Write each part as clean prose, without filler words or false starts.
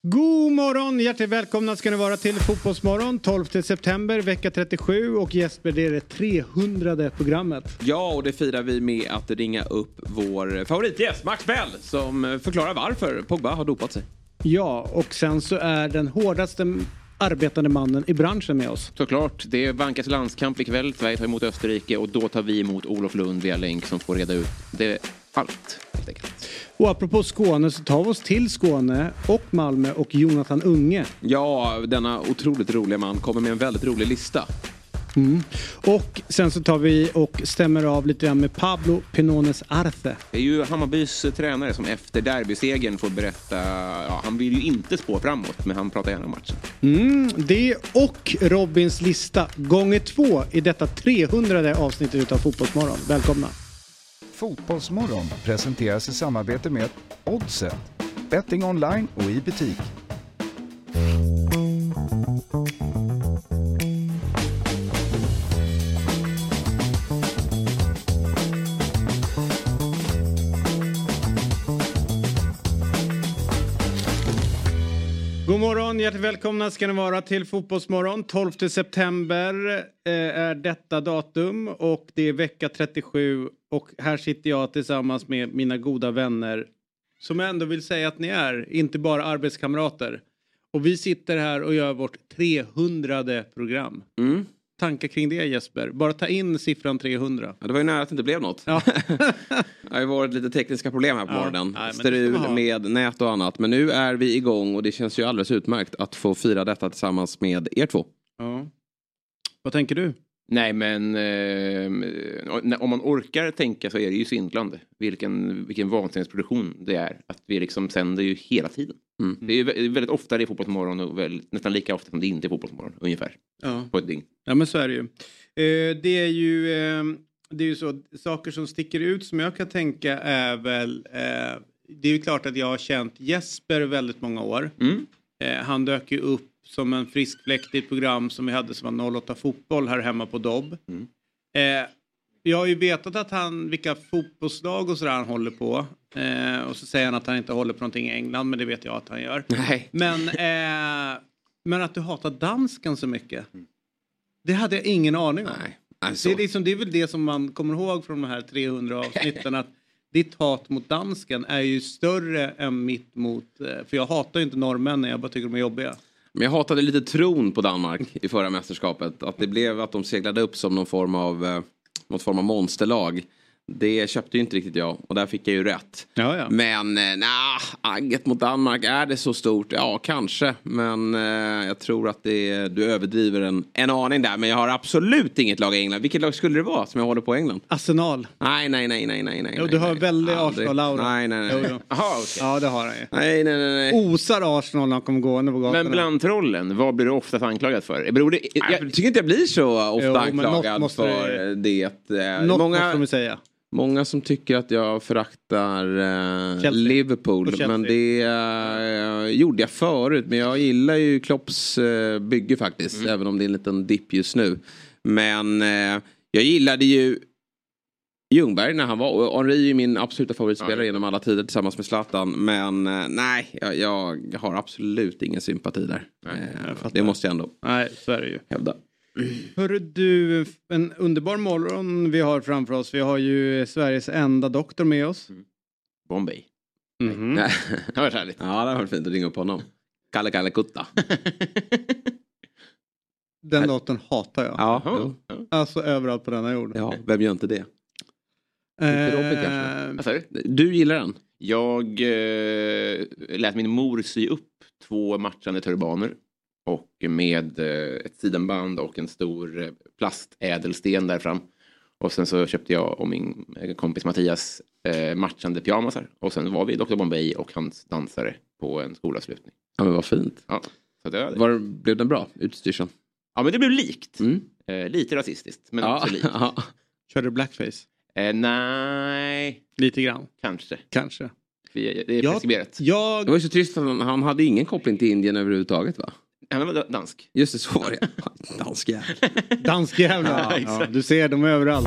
God morgon, hjärtligt välkomna ska ni vara till Fotbollsmorgon 12 september, vecka 37 och Jesper, det är det 300:e programmet. Ja, och det firar vi med att ringa upp vår favoritgäst, Max Bell, som förklarar varför Pogba har dopat sig. Ja, och sen så är den hårdaste arbetande mannen i branschen med oss. Såklart, det vankas landskamp ikväll, Sverige tar emot Österrike och då tar vi emot Olof Lund via länk som får reda ut det allt, helt enkelt. Och apropå Skåne så tar vi oss till Skåne och Malmö och Jonathan Unge. Ja, denna otroligt roliga man kommer med en väldigt rolig lista. Och sen så tar vi och stämmer av lite grann med Pablo Pinones Arce. Det är ju Hammarbys tränare som efter derbysegern får berätta, han vill ju inte spå framåt, men han pratar gärna om matchen. Det och Robins lista gånger 2 i detta 300:e avsnittet utav Fotbollsmorgon. Välkomna! Fotbollsmorgon presenteras i samarbete med Oddset, betting online och i butik. God morgon, hjärtligt välkomna ska ni vara till Fotbollsmorgon. 12 september är detta datum och det är vecka 37 och här sitter jag tillsammans med mina goda vänner som jag ändå vill säga att ni är, inte bara arbetskamrater. Och vi sitter här och gör vårt 300:e program. Tankar kring det, Jesper? Bara ta in siffran 300. Ja, det var ju nära att det inte blev något. Ja. Det har ju varit lite tekniska problem här på morgonen. Strul med nät och annat. Men nu är vi igång och det känns ju alldeles utmärkt att få fira detta tillsammans med er två. Ja. Vad tänker du? Nej, men om man orkar tänka så är det ju svindlande. Vilken vansinnesproduktion det är. Att vi liksom sänder ju hela tiden. Det är ju väldigt ofta det är fotbollsmorgon och nästan lika ofta som det inte är fotbollsmorgon ungefär. Ja. På ett dygn. Ja, men så är det ju. Det är ju så, saker som sticker ut som jag kan tänka är väl, det är ju klart att jag har känt Jesper väldigt många år. Han dök ju upp som en frisk fläkt i ett program som vi hade som var 08 fotboll här hemma på Dobb. Jag har ju vetat att vilka fotbollslag och sådär han håller på. Och så säger han att han inte håller på någonting i England, men det vet jag att han gör. Nej. Men att du hatar dansken så mycket. Det hade jag ingen aning om. Nej. Alltså. Det är väl det som man kommer ihåg från de här 300 avsnitten. Att ditt hat mot dansken är ju större än mitt mot... För jag hatar ju inte norrmännen, jag bara tycker de är jobbiga. Men jag hatade lite tron på Danmark i förra mästerskapet. Att det blev att de seglade upp som någon form av monsterlag. Det köpte ju inte riktigt jag. Och där fick jag ju rätt. Ja. Men agget mot Danmark, är det så stort? Ja, kanske. Men jag tror att du överdriver en aning där. Men jag har absolut inget lag i England. Vilket lag skulle det vara som jag håller på i England? Arsenal. Nej. Jo, du har väldigt Arsenal-laura. Nej. Jo. Aha, okay. Ja, det har han ju. Nej. Osar Arsenal när han kommer gående på gatorna. Men bland trollen, vad blir du oftast anklagad för? Jag tycker inte jag blir så ofta anklagad för det. Något måste de säga. Många som tycker att jag föraktar Liverpool. Men det gjorde jag förut. Men jag gillar ju Klopps bygge faktiskt. Även om det är en liten dipp just nu. Men jag gillade ju Ljungberg när han var. Och Henry är min absoluta favoritspelare genom alla tider tillsammans med Zlatan. Men nej, jag har absolut ingen sympati där. Det måste jag ändå så är det ju. Hävda. Hörru du, en underbar morgon vi har framför oss. Vi har ju Sveriges enda doktor med oss. Bombay. Det har varit härligt. Ja, det har varit fint att ringa upp honom. Kalle Kutta. Den doktorn hatar jag. Ja. Alltså överallt på denna jord. Ja, vem gör inte det? Du gillar den? Jag lät min mor sy upp 2 matchande turbaner. Och med ett sidenband och en stor plastädelsten där fram. Och sen så köpte jag och min kompis Mattias matchande pyjamasar. Och sen var vi Dr. Bombay och hans dansare på en skolavslutning. Ja, men vad fint. Ja, så blev den bra, utstyrseln? Ja, men det blev likt. Lite rasistiskt, men också likt. Körde du blackface? Nej. Lite grann? Kanske. Det är preskriberat. Det var ju så trist att han hade ingen koppling till Indien överhuvudtaget, va? Han var dansk. Just det, så var det. Dansk jävla. Ja, du ser dem överallt.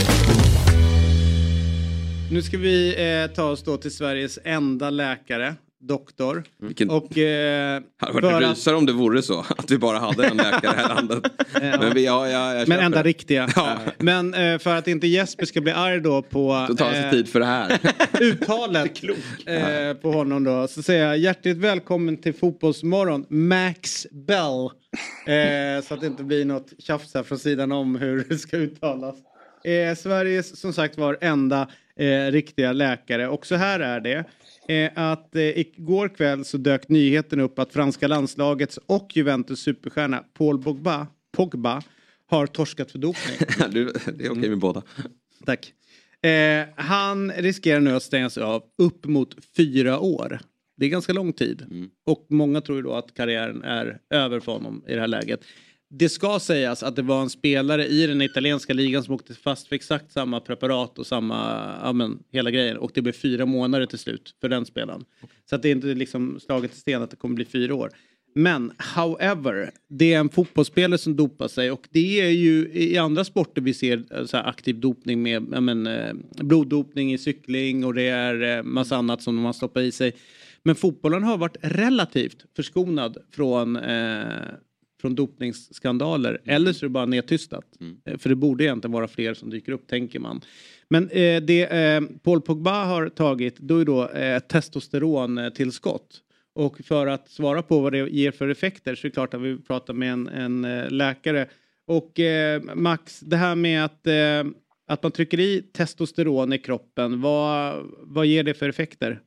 Nu ska vi ta oss då till Sveriges enda läkare. doktor. Vilken... Och, hade varit rysare om det vore så. Att vi bara hade en läkare här i landet. Men enda riktiga. Men för att inte Jesper ska bli arg då på... Så tar sig tid för det här. Uttalet på honom då. Så säger jag hjärtligt välkommen till Fotbollsmorgon. Max Bell. Så att det inte blir något tjafs här från sidan om hur det ska uttalas. Sveriges som sagt var enda riktiga läkare. Och så här är det. Att igår kväll så dök nyheten upp att franska landslagets och Juventus superstjärna Paul Pogba har torskat för dopning. Det är okej med båda. Tack. Han riskerar nu att stängas av upp mot 4 år. Det är ganska lång tid. Och många tror ju då att karriären är över för honom i det här läget. Det ska sägas att det var en spelare i den italienska ligan som åkte fast för exakt samma preparat och samma, hela grejen. Och det blev 4 månader till slut för den spelaren. Så att det är inte liksom slaget i sten att det kommer bli 4 år. Men, however, det är en fotbollsspelare som dopar sig. Och det är ju i andra sporter vi ser så här aktiv dopning med bloddopning i cykling. Och det är massa annat som man stoppar i sig. Men fotbollen har varit relativt förskonad från dopningsskandaler. Eller så är det bara nedtystat. För det borde egentligen vara fler som dyker upp, tänker man. Men det Paul Pogba har tagit, då är då testosterontillskott. Och för att svara på vad det ger för effekter så är det klart att vi pratar med en läkare. Och Max, det här med att man trycker i testosteron i kroppen, vad ger det för effekter?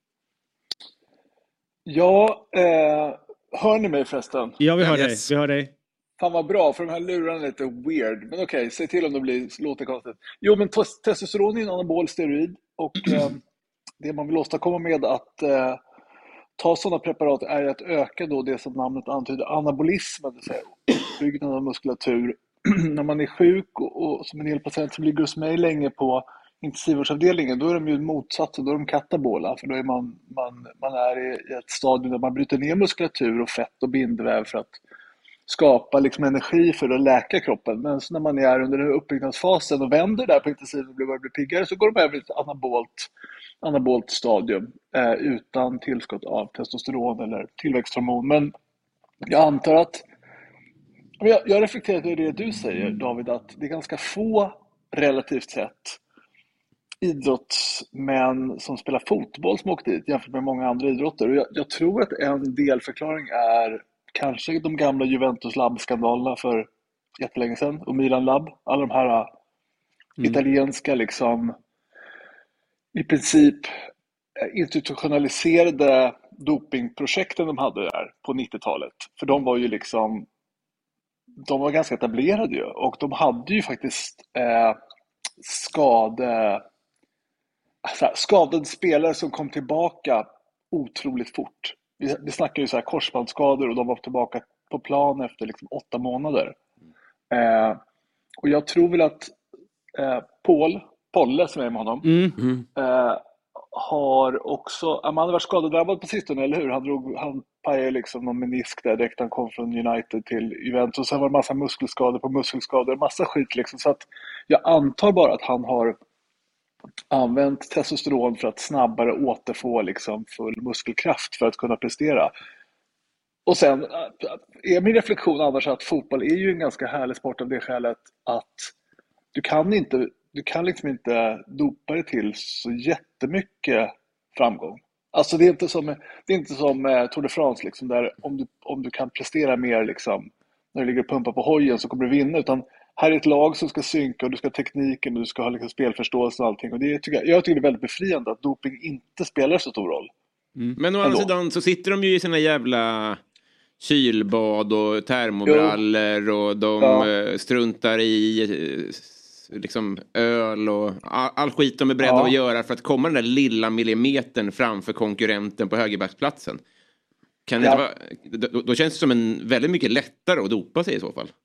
Ja, hör ni mig förresten? Ja, vi hör dig. Vi hör dig. Fan vad bra, för de här lurarna är lite weird. Men okej, säg till om det låter konstigt. Jo, men testosteron är en anabol steroid. Och det man vill åstadkomma med att ta sådana preparat är att öka då det som namnet antyder, anabolismen, det vill säga uppbyggnaden av muskulatur. När man är sjuk och som en hel patient som ligger hos mig länge på intensivvårdsavdelningen, då är de ju motsatsen, då är de katabola, för då är man är i ett stadium där man bryter ner muskulatur och fett och bindväv för att skapa liksom energi för att läka kroppen. Men så när man är under den här uppbyggnadsfasen och vänder där på intensiven och blir piggare, så går de över till ett anabolt stadium utan tillskott av testosteron eller tillväxthormon. Men jag antar att jag reflekterar över det du säger, David, att det är ganska få relativt sett idrottsmän som spelar fotboll som åkt dit jämfört med många andra idrotter. Och jag tror att en delförklaring är kanske de gamla Juventus Lab-skandalerna för jättelänge sedan och Milan Lab. Alla de här italienska liksom i princip institutionaliserade dopingprojekten de hade där på 90-talet. För de var ju liksom, de var ganska etablerade ju, och de hade ju faktiskt skadade spelare som kom tillbaka otroligt fort. Vi snackar ju så här korsbandsskador, och de var tillbaka på plan efter liksom 8 månader. Och jag tror väl att Polle som är med honom har också, han hade varit skadedrabbad på sistone, eller hur? Han pajade liksom någon menisk där direkt han kom från United till Juventus, och sen var det massa muskelskador på muskelskador, massa skit liksom. Så att jag antar bara att han har använt testosteron för att snabbare återfå liksom full muskelkraft för att kunna prestera. Och sen är min reflektion annars att fotboll är ju en ganska härlig sport av det skälet att du kan liksom inte dopa dig till så jättemycket framgång. Alltså det är inte som Tour de France liksom, där om du kan prestera mer liksom, när du ligger och pumpar på hojen, så kommer du vinna, utan här är ett lag som ska synka och du ska ha tekniken och du ska ha liksom spelförståelse och allting. Och jag tycker det är väldigt befriande att doping inte spelar så stor roll. Men å andra sidan så sitter de ju i sina jävla kylbad och termobrallor och de struntar i liksom öl och all skit de är beredda att göra för att komma den där lilla millimetern framför konkurrenten på högerbacksplatsen. Kan det inte vara, då känns det som en väldigt mycket lättare att dopa sig i så fall.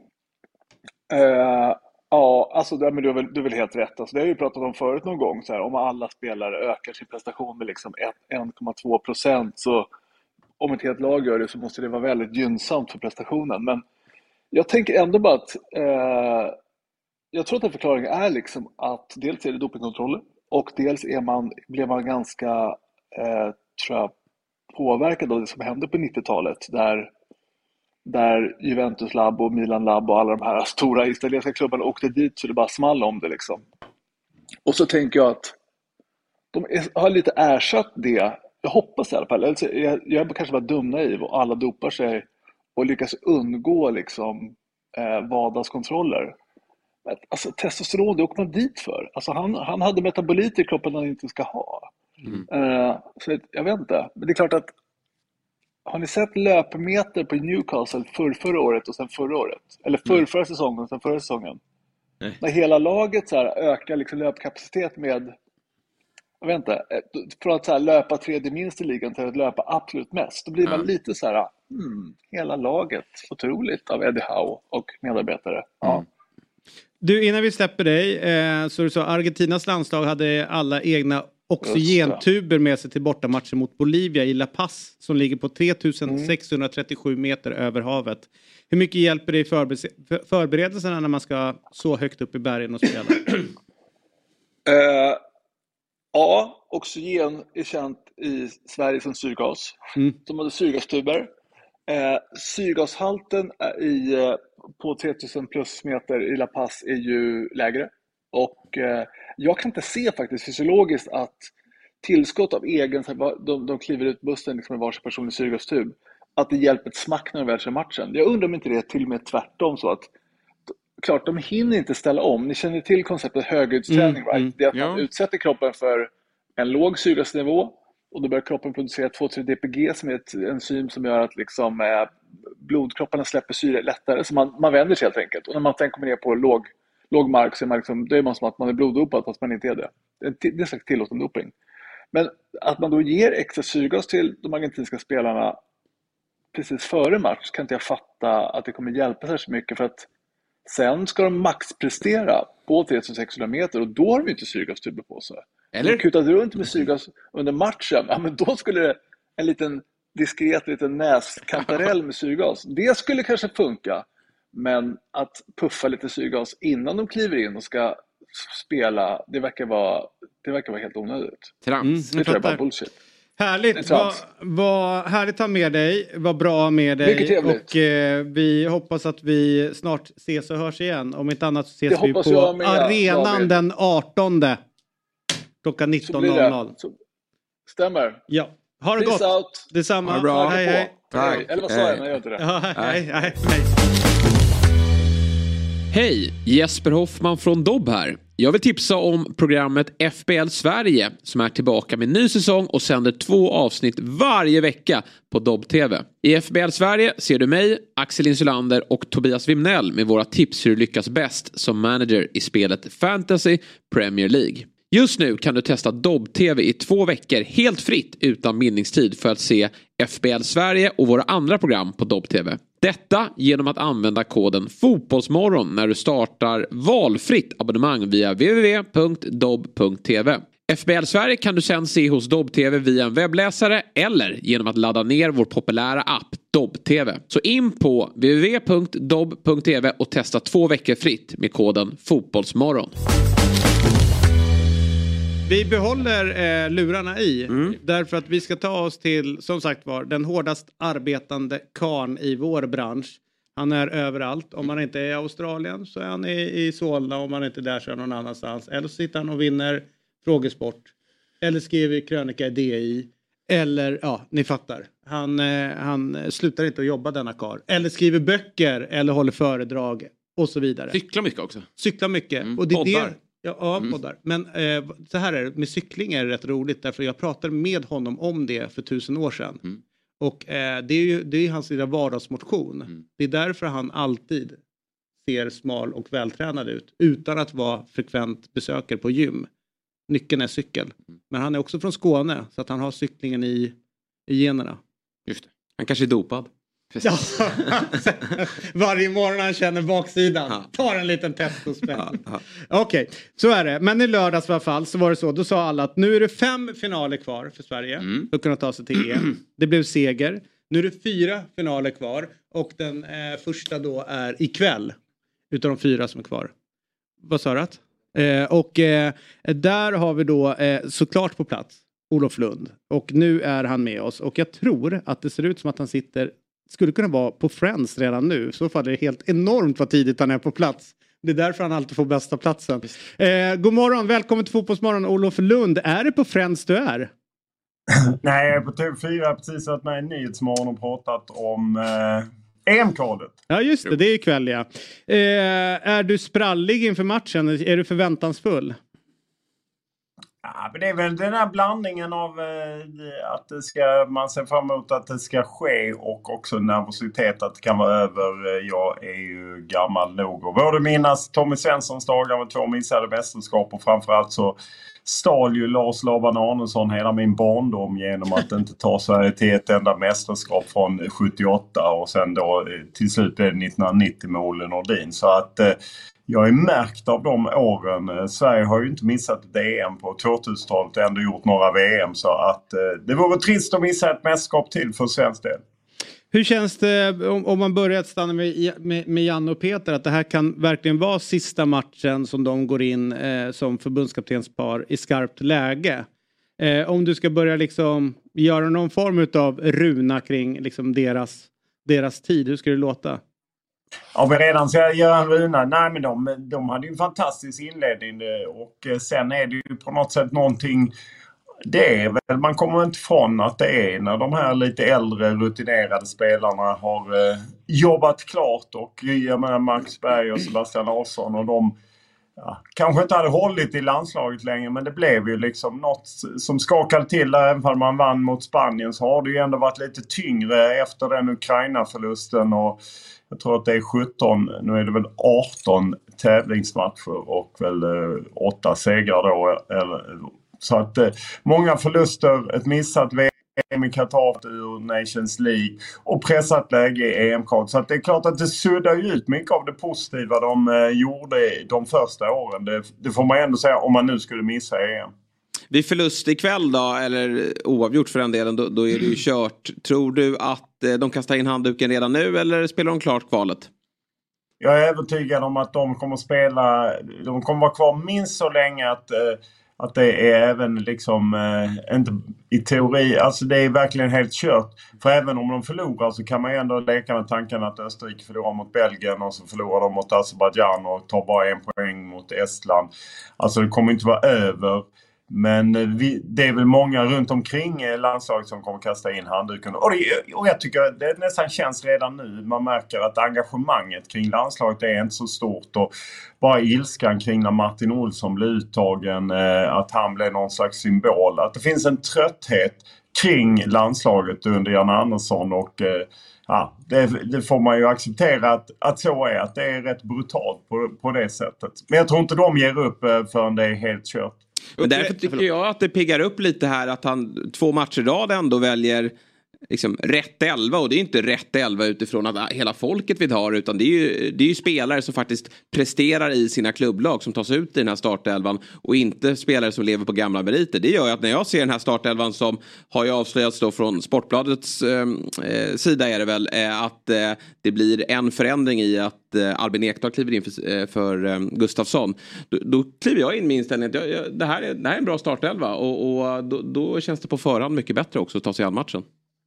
Ja, alltså men du är väl helt rätt. Alltså, det har jag ju pratat om förut någon gång. Så här, om alla spelare ökar sin prestation med liksom 1,2%, så om ett helt lag gör det så måste det vara väldigt gynnsamt för prestationen. Men jag tänker ändå bara att jag tror att en förklaring är liksom att dels är det dopingkontroller, och dels blev man ganska tror jag, påverkad av det som hände på 90-talet där Juventus Lab och Milan Lab och alla de här stora italienska klubbarna åkte dit så det bara small om det liksom. Och så tänker jag att de har lite ersatt det. Jag hoppas i alla fall. Jag kanske var dum naiv och alla dopar sig och lyckas undgå liksom vardagskontroller. Alltså testosteron, det åker man dit för. Alltså han hade metaboliter i kroppen han inte ska ha. Så jag vet inte. Men det är klart att har ni sett löpmeter på Newcastle förra året och sen förra året? Eller förra säsongen och sen förra säsongen? Nej. När hela laget så här ökar liksom löpkapacitet med, jag vet inte, från att så här löpa tredje minst i ligan till att löpa absolut mest. Då blir man lite så här, hela laget, otroligt av Eddie Howe och medarbetare. Ja. Du, innan vi släpper dig, så du sa Argentinas landslag hade alla egna oxygentuber med sig till bortamatchen mot Bolivia i La Paz som ligger på 3637 meter över havet. Hur mycket hjälper det i förberedelserna när man ska så högt upp i bergen och spela? Ja, oxygen är känt i Sverige som syrgas. De hade syrgastuber. Syrgashalten på 3000 plus meter i La Paz är ju lägre. Och jag kan inte se faktiskt fysiologiskt att tillskott av egen, de kliver ut bussen liksom med varsin personlig syrgastub, att det hjälper ett smack när de väl kör matchen. Jag undrar om inte det är till och med tvärtom så att klart, de hinner inte ställa om. Ni känner till konceptet höghöjdsträning, right? Det är att man utsätter kroppen för en låg syrgasnivå och då börjar kroppen producera 2,3 DPG som är ett enzym som gör att liksom, blodkropparna släpper syre lättare. Så man vänder sig helt enkelt. Och när man sen kommer ner på låg mark så är man liksom, det är man som att man är bloddopad fast man inte är det. Det är sagt tillåten doping. Men att man då ger extra syrgas till de argentinska spelarna precis före match kan inte jag fatta att det kommer hjälpa sig så mycket, för att sen ska de maxprestera på 3600 meter och då har de inte syrgastuber på sig. Eller? De kutat runt med syrgas under matchen, ja, men då skulle det en liten diskret liten näskantarell med syrgas. Det skulle kanske funka, men att puffa lite syrgas innan de kliver in och ska spela, det verkar vara helt onödigt. Trams. Det tror jag bara bullshit. Härligt, vad härligt att ha med dig, vad bra med dig. Mycket trevligt. Och vi hoppas att vi snart ses och hörs igen. Om inte annat så ses vi på arenan den 18 klockan 19.00. Stämmer. Ja, ha det Peace gott. Out. Detsamma. Ha det bra. Hej. Eller vad sa jag? Jag gör inte det. Ja, hej. Hej, Jesper Hoffman från Dobb här. Jag vill tipsa om programmet FBL Sverige som är tillbaka med ny säsong och sänder 2 avsnitt varje vecka på Dobb TV. I FBL Sverige ser du mig, Axel Insulander och Tobias Wimnell med våra tips hur du lyckas bäst som manager i spelet Fantasy Premier League. Just nu kan du testa Dobb TV i 2 veckor helt fritt utan bindningstid för att se FBL Sverige och våra andra program på Dobb TV. Detta genom att använda koden Fotbollsmorgon när du startar valfritt abonnemang via www.dobb.tv. FBL Sverige kan du sedan se hos Dobb TV via en webbläsare eller genom att ladda ner vår populära app Dobb TV. Så in på www.dobb.tv och testa 2 veckor fritt med koden Fotbollsmorgon. Vi behåller lurarna i. Därför att vi ska ta oss till, som sagt var, den hårdast arbetande karn i vår bransch. Han är överallt. Om man inte är i Australien så är han i Solna. Om man inte är där så är han någon annanstans. Eller så sitter han och vinner frågesport. Eller skriver krönika i DI. Eller, ja, ni fattar. Han slutar inte att jobba denna karl. Eller skriver böcker. Eller håller föredrag. Och så vidare. Cyklar mycket också. Cyklar mycket. Och det är det. Ja, poddar. Men så här är det, med cykling är det rätt roligt. Därför jag pratade med honom om det för 1000 år sedan. Och det är ju hans lilla vardagsmotion. Det är därför han alltid ser smal och vältränad ut. Utan att vara frekvent besökare på gym. Nyckeln är cykel. Men han är också från Skåne. Så att han har cyklingen i generna. Just det. Han kanske är dopad. Ja, varje morgon han känner baksidan. Tar en liten testospänn. Okej, så är det. Men i lördags i alla fall så var det så. Då sa alla att nu är det 5 finaler kvar för Sverige. För att kunna ta sig till EM. Det blev seger. Nu är det 4 finaler kvar. Och den första då är ikväll. Utav de 4 som är kvar. Vad sa du? Och där har vi då såklart på plats Olof Lund. Och nu är han med oss. Och jag tror att det ser ut som att han skulle kunna vara på Friends redan nu. Så fall är det helt enormt vad tidigt han är på plats. Det är därför han alltid får bästa platsen. God morgon, välkommen till Fotbollsmorgon Olof Lund. Är det på Friends du är? Nej, jag är på TV4. Jag har precis varit med i Nyhetsmorgon och pratat om EM-kvalet. Ja just det, det är ikväll ja. Är du sprallig inför matchen? Är du förväntansfull? Ja, men det är väl den här blandningen av att man ser fram emot att det ska ske och också nervositet att det kan vara över. Jag är ju gammal nog och både minnas Tommy Svenssons dagar med 2 missade mästerskap och framförallt så stal ju Lars Laban Arnesson hela min barndom genom att inte ta sig till ett enda mästerskap från 78 och sen då till slut blev det 1990 med Olle Nordin. Så att jag är märkt av de åren. Sverige har ju inte missat ett EM på 2000-talet och ändå gjort några VM så att det vore trist att missa ett mästerskap till för svensk del. Hur känns det om man börjar att stanna med Janne och Peter att det här kan verkligen vara sista matchen som de går in som förbundskaptenspar i skarpt läge? Om du ska börja liksom göra någon form av runa kring liksom deras tid, hur ska det låta? Ja, men redan ska jag göra en runa. Nej, men de hade ju en fantastisk inledning och sen är det ju på något sätt någonting. Det är väl, man kommer inte från att det är när de här lite äldre rutinerade spelarna har jobbat klart och jag menar Max Berg och Sebastian Larsson och de kanske inte hade hållit i landslaget längre men det blev ju liksom något som skakade till där även om man vann mot Spanien så har det ju ändå varit lite tyngre efter den Ukraina-förlusten och jag tror att det är 17, nu är det väl 18 tävlingsmatcher och väl 8 segrar då så att många förluster, ett missat VM i Qatar ur Nations League och pressat läge i EM-kval. Så att det är klart att det suddar ut mycket av det positiva de gjorde de första åren. Det får man ändå säga om man nu skulle missa EM. Vid förlust ikväll då, eller oavgjort för den delen, då är det ju kört. Tror du att de kastar in handduken redan nu eller spelar de klart kvalet? Jag är övertygad om att de kommer vara kvar minst så länge att det är även liksom inte i teori, alltså det är verkligen helt kört. För även om de förlorar så kan man ju ändå leka med tanken att Österrike förlorar mot Belgien och så förlorar de mot Azerbaijan och tar bara 1 poäng mot Estland. Alltså det kommer inte vara över. Men det är väl många runt omkring landslaget som kommer kasta in handduken. Och jag tycker det nästan känns redan nu. Man märker att engagemanget kring landslaget är inte så stort. Och bara ilskan kring när Martin Olsson blev uttagen. Att han blev någon slags symbol. Att det finns en trötthet kring landslaget under Jan Andersson. Och det får man ju acceptera att så är. Att det är rätt brutalt på det sättet. Men jag tror inte de ger upp förrän det är helt kört. Men därför tycker jag att det piggar upp lite här att han 2 matcher i rad ändå väljer liksom rätt 11 och det är inte rätt 11 utifrån att hela folket vill ha det utan det är ju spelare som faktiskt presterar i sina klubblag som tas ut i den här startelvan och inte spelare som lever på gamla meriter. Det gör ju att när jag ser den här startelvan som har ju avslöjats då från Sportbladets sida är det väl att det blir en förändring i att Albin Ekdal kliver in för Gustafsson. Då kliver jag in med inställningen att det här är en bra startelva och då känns det på förhand mycket bättre också att ta sig an matchen.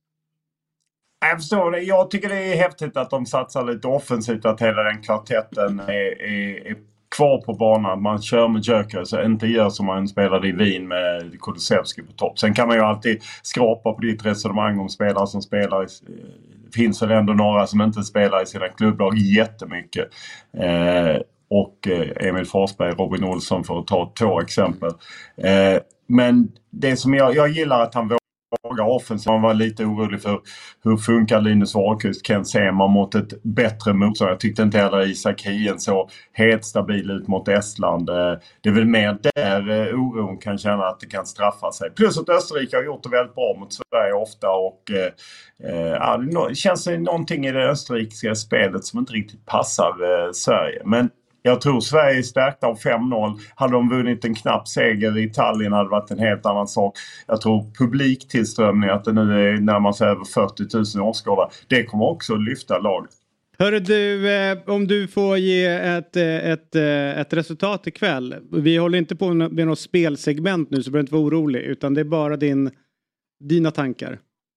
Jag förstår det. Jag tycker det är häftigt att de satsar lite offensivt att hela den kvartetten är kvar på banan. Man kör med Jöker så inte gör som man spelade i Wien med Kulusevski på topp. Sen kan man ju alltid skrapa på ditt resonemang om spelare som spelar. Det finns väl ändå några som inte spelar i sina klubblag jättemycket. Och Emil Forsberg, Robin Olsson för att ta 2 exempel. Men det som jag gillar att han vågar offensivt. Man var lite orolig för hur funkar Linus Wahlqvist, Ken Sema mot ett bättre motstånd. Jag tyckte inte heller Isak Hien så helt stabil ut mot Estland. Det är väl mer där oron kan känna att det kan straffa sig. Plus att Österrike har gjort det väldigt bra mot Sverige ofta och det känns någonting i det österrikiska spelet som inte riktigt passar Sverige. Men jag tror Sverige är stärkta av 5-0. Hade de vunnit en knapp seger i Italien hade det varit en helt annan sak. Jag tror publiktillströmning, att det nu är närmare sig över 40 000 åskådare. Det kommer också att lyfta laget. Hörru du, om du får ge ett resultat ikväll. Vi håller inte på med något spelsegment nu, så du behöver inte vara orolig. Utan det är bara dina tankar.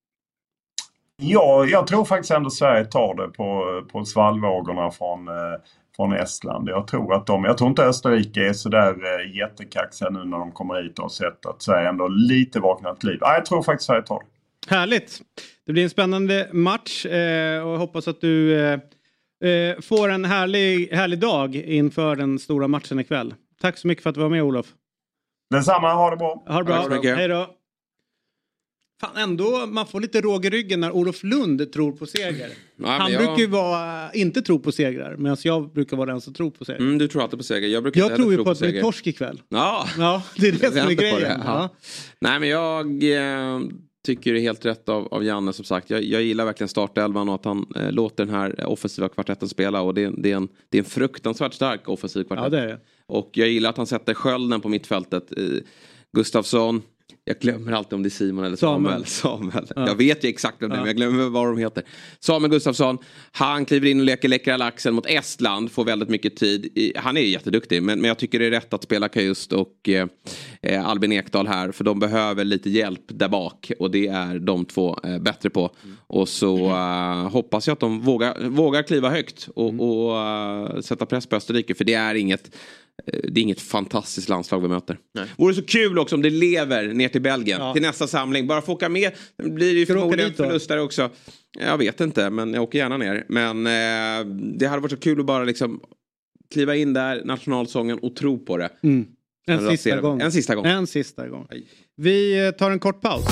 Ja, jag tror faktiskt ändå Sverige tar det på svallvågorna från Estland. Jag tror inte Österrike är så där jättekaxiga nu när de kommer hit och sett att Sverige ändå lite vaknat liv. Jag tror faktiskt Sverige tar det. Härligt. Det blir en spännande match och jag hoppas att du får en härlig dag inför den stora matchen ikväll. Tack så mycket för att du var med, Olof. Detsamma, ha det bra. Ha det bra. Hej då. Fan, ändå man får lite råg i ryggen när Olof Lund tror på seger. Han brukar ju inte tro på segrar, medan jag brukar vara den som tror på seger. Du tror alltid på seger. Jag tror ju på att det blir torsk ikväll. Ja, det är det som är grejen. Ja. Nej, men jag tycker det är helt rätt av Janne, som sagt. Jag gillar verkligen startelvan och att han låter den här offensiva kvartetten spela. Och det är en fruktansvärt stark offensiv kvartett. Ja, det är det. Och jag gillar att han sätter skölden på mittfältet. Gustafsson. Jag glömmer alltid om det är Simon eller Samuel. Ja. Jag vet ju exakt om det, men jag glömmer vad de heter. Samuel Gustafsson, han kliver in och leker läckra laxen mot Estland. Får väldigt mycket tid. Han är jätteduktig, men jag tycker det är rätt att spela Kajust och Albin Ekdal här. För de behöver lite hjälp där bak. Och det är de två bättre på. Och så hoppas jag att de vågar kliva högt och sätta press på Österrike. För det är inget fantastiskt landslag vi möter. Nej. Vore så kul också om det lever ner till Belgien till nästa samling. Bara få åka med. Det blir ju förmodligen förlustare också. Jag vet inte, men jag åker gärna ner. Men det hade varit så kul att bara liksom kliva in där, nationalsången, och tro på det. En sista gång. Vi tar en kort paus.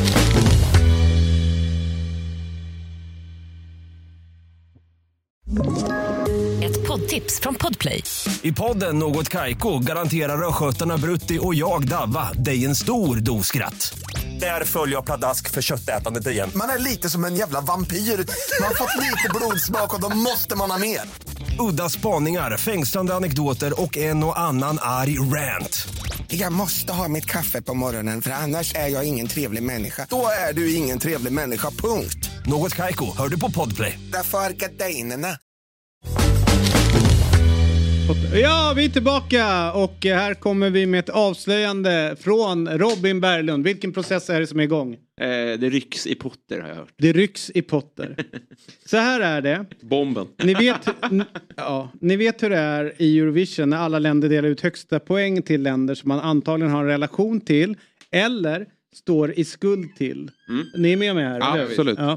Poddtips från Podplay. I podden Något Kaiko garanterar röskötarna Brutti och jag Davva dig en stor doskratt. Där följer jag pladask för köttätandet igen. Man är lite som en jävla vampyr. Man har fått lite blodsmak och då måste man ha mer. Udda spaningar, fängslande anekdoter och en och annan arg rant. Jag måste ha mitt kaffe på morgonen, för annars är jag ingen trevlig människa. Då är du ingen trevlig människa, punkt. Något Kaiko, hör du på Podplay. Därför är gardinerna. Ja, vi är tillbaka och här kommer vi med ett avslöjande från Robin Berglund. Vilken process är det som är igång? Det rycks i Potter, har jag hört. Det rycks i Potter. Så här är det. Bomben. Ni vet hur det är i Eurovision när alla länder delar ut högsta poäng till länder som man antagligen har en relation till eller står i skuld till. Ni är med mig här? Ja, absolut. Ja.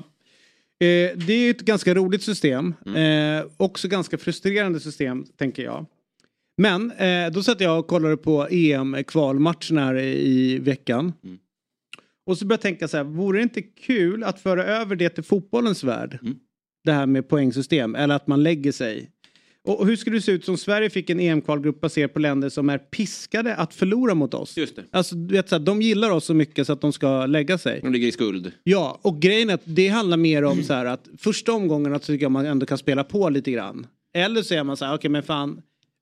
Det är ett ganska roligt system. Också ganska frustrerande system, tänker jag. Men då satt jag och kollade på EM-kvalmatchen här i veckan. Och så började jag tänka så här, vore det inte kul att föra över det till fotbollens värld? Det här med poängsystem, eller att man lägger sig. Och hur skulle det se ut om Sverige fick en EM-kvalgrupp baserad på länder som är piskade att förlora mot oss? Just det. Alltså, du vet, så här, de gillar oss så mycket så att de ska lägga sig. De ligger i skuld. Ja, och grejen är att det handlar mer om så här att första omgången att tycker jag man ändå kan spela på lite grann. Eller så är man så här, okej, men fan,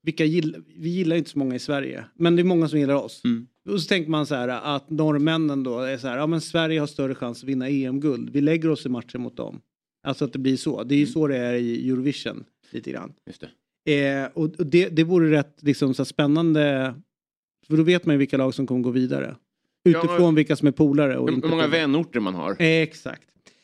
vi gillar inte så många i Sverige. Men det är många som gillar oss. Och så tänker man så här att norrmännen då är så här, ja men Sverige har större chans att vinna EM-guld. Vi lägger oss i matchen mot dem. Alltså att det blir så. Det är ju så det är i Eurovision lite grann. Just det. Och det vore rätt liksom, så spännande. För då vet man ju vilka lag som kommer gå vidare. Utifrån vilka som är polare. Och hur många vänorter man har. Exakt.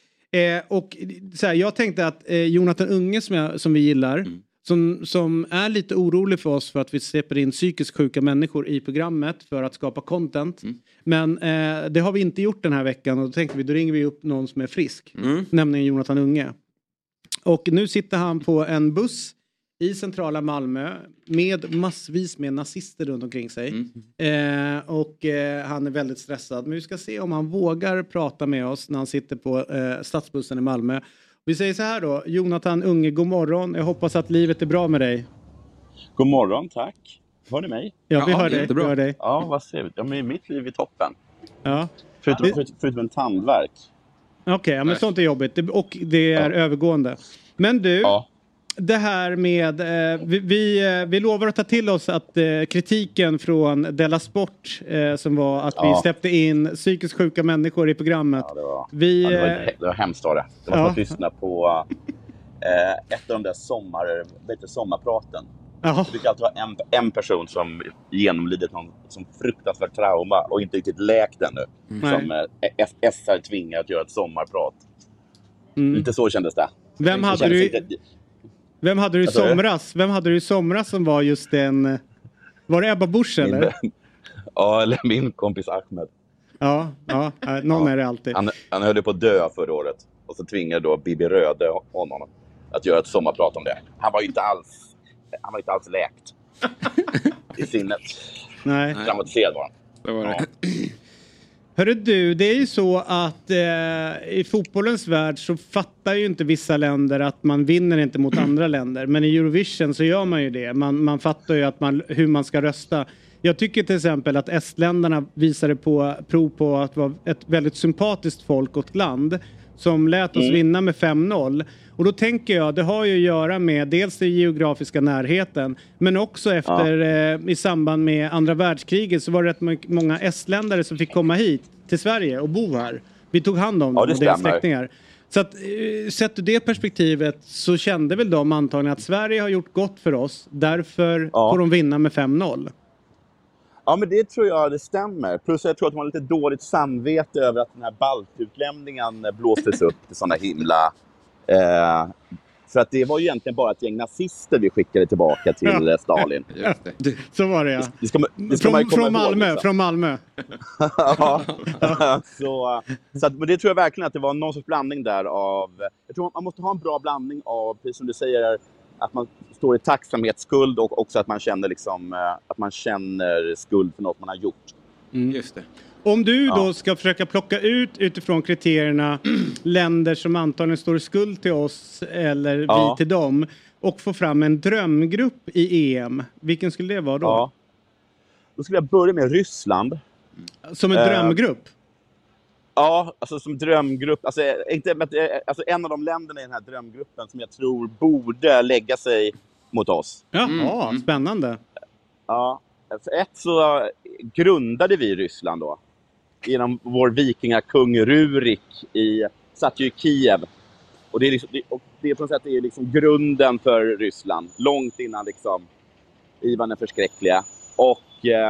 Och så här, jag tänkte att Jonathan Unge som vi gillar. Som är lite orolig för oss för att vi släpper in psykiskt sjuka människor i programmet för att skapa content. Men det har vi inte gjort den här veckan. Och då tänkte då ringer vi upp någon som är frisk. Nämligen Jonathan Unge. Och nu sitter han på en buss i centrala Malmö med massvis med nazister runt omkring sig. Och han är väldigt stressad. Men vi ska se om han vågar prata med oss när han sitter på stadsbussen i Malmö. Vi säger så här då, Jonathan Unge, god morgon. Jag hoppas att livet är bra med dig. God morgon, tack. Hör ni mig? Ja, vi hör dig. Ja, vad ser vi? Ja, men mitt liv är toppen. Ja. Förutom en tandvärk. Okej, men sånt är jobbigt. Och det är övergående. Men du, det här med... Vi lovar att ta till oss att kritiken från Della Sport som var att vi släppte in psykiskt sjuka människor i programmet. Ja, det var hemskt av det. Det var att lyssna på ett av de där sommarpraten. Jaha. Det brukar alltid vara en person som genomlidit någon som fruktansvärt trauma och inte riktigt läkt ännu. Som SR tvingar att göra ett sommarprat. Lite så kändes det. Vem hade du i somras? Vem hade du i somras som var just den... Var det Ebba Busch eller? Ja, eller min kompis Ahmed. Ja, någon är det alltid. Han höll på att dö förra året. Och så tvingade då Bibi Röde honom att göra ett sommarprat om det. Han var inte alls läkt i sinnet. Nej. Dramatiserad var han. Ja. Hörru du, det är ju så att i fotbollens värld så fattar ju inte vissa länder att man vinner inte mot andra länder. Men i Eurovision så gör man ju det. Man fattar ju att hur man ska rösta. Jag tycker till exempel att estländarna visade prov på att vara ett väldigt sympatiskt folk och land som lät oss vinna med 5-0. Och då tänker jag, det har ju att göra med dels den geografiska närheten, men också efter i samband med andra världskriget så var det rätt många estländare som fick komma hit till Sverige och bo här. Vi tog hand om dem och deras släktingar. Så att sett ur det perspektivet så kände väl de antagligen att Sverige har gjort gott för oss. Därför får de vinna med 5-0. Ja, men det tror jag det stämmer. Plus jag tror att de har lite dåligt samvete över att den här baltutlämningen blåstes upp till sådana himla... för att det var ju egentligen bara ett gäng nazister vi skickade tillbaka till Stalin. Så var det, ja. Det ska man från Malmö, ihåg, från Malmö. Ja. Så att, men det tror jag verkligen att det var någon sorts blandning där av... Jag tror man måste ha en bra blandning av, precis som du säger, att man står i tacksamhetsskuld och också att man känner liksom att man känner skuld för något man har gjort. Just det. Om du då ska försöka plocka ut utifrån kriterierna länder som antagligen står i skuld till oss eller vi till dem och få fram en drömgrupp i EM, vilken skulle det vara då? Ja. Då skulle jag börja med Ryssland. Som en drömgrupp? Ja, alltså som drömgrupp. Alltså en av de länderna i den här drömgruppen som jag tror borde lägga sig mot oss. Jaha, spännande. Ja, för ett så grundade vi Ryssland då. Genom vår vikingakung Rurik satt ju i Kiev. Och det är liksom, det är på något sätt det är liksom grunden för Ryssland. Långt innan liksom Ivan den förskräckliga. Och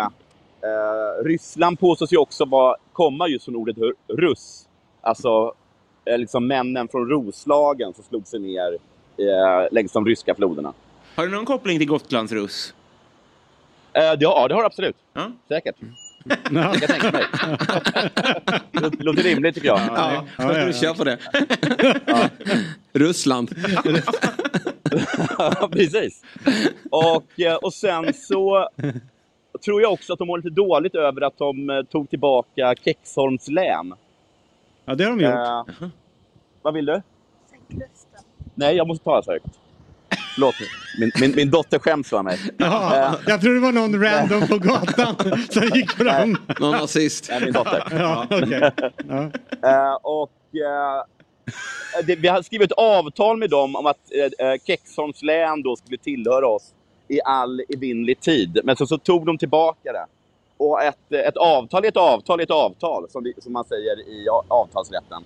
Ryssland påstås ju också komma just från ordet russ. Alltså liksom männen från Roslagen som slog sig ner längs de ryska floderna. Har du någon koppling till Gotlands russ? Ja, det har du absolut. Säkert. Jag kan tänka mig. Det låter rimligt tycker jag. Jag kör på det. Ryssland. Precis. Och sen så tror jag också att de var lite dåligt över att de tog tillbaka Kexholms län. Ja, det har de gjort. Vad vill du? Nej, jag måste ta det högt. Förlåt, min dotter skäms för mig. Jag tror det var någon random på gatan som gick fram. Någon nazist. Nej, min dotter. Vi har skrivit ett avtal med dem om att Kexholms län då skulle tillhöra oss i all evinnerlig tid. Men så tog de tillbaka det. Och ett avtal är ett avtal, som man säger i avtalsrätten.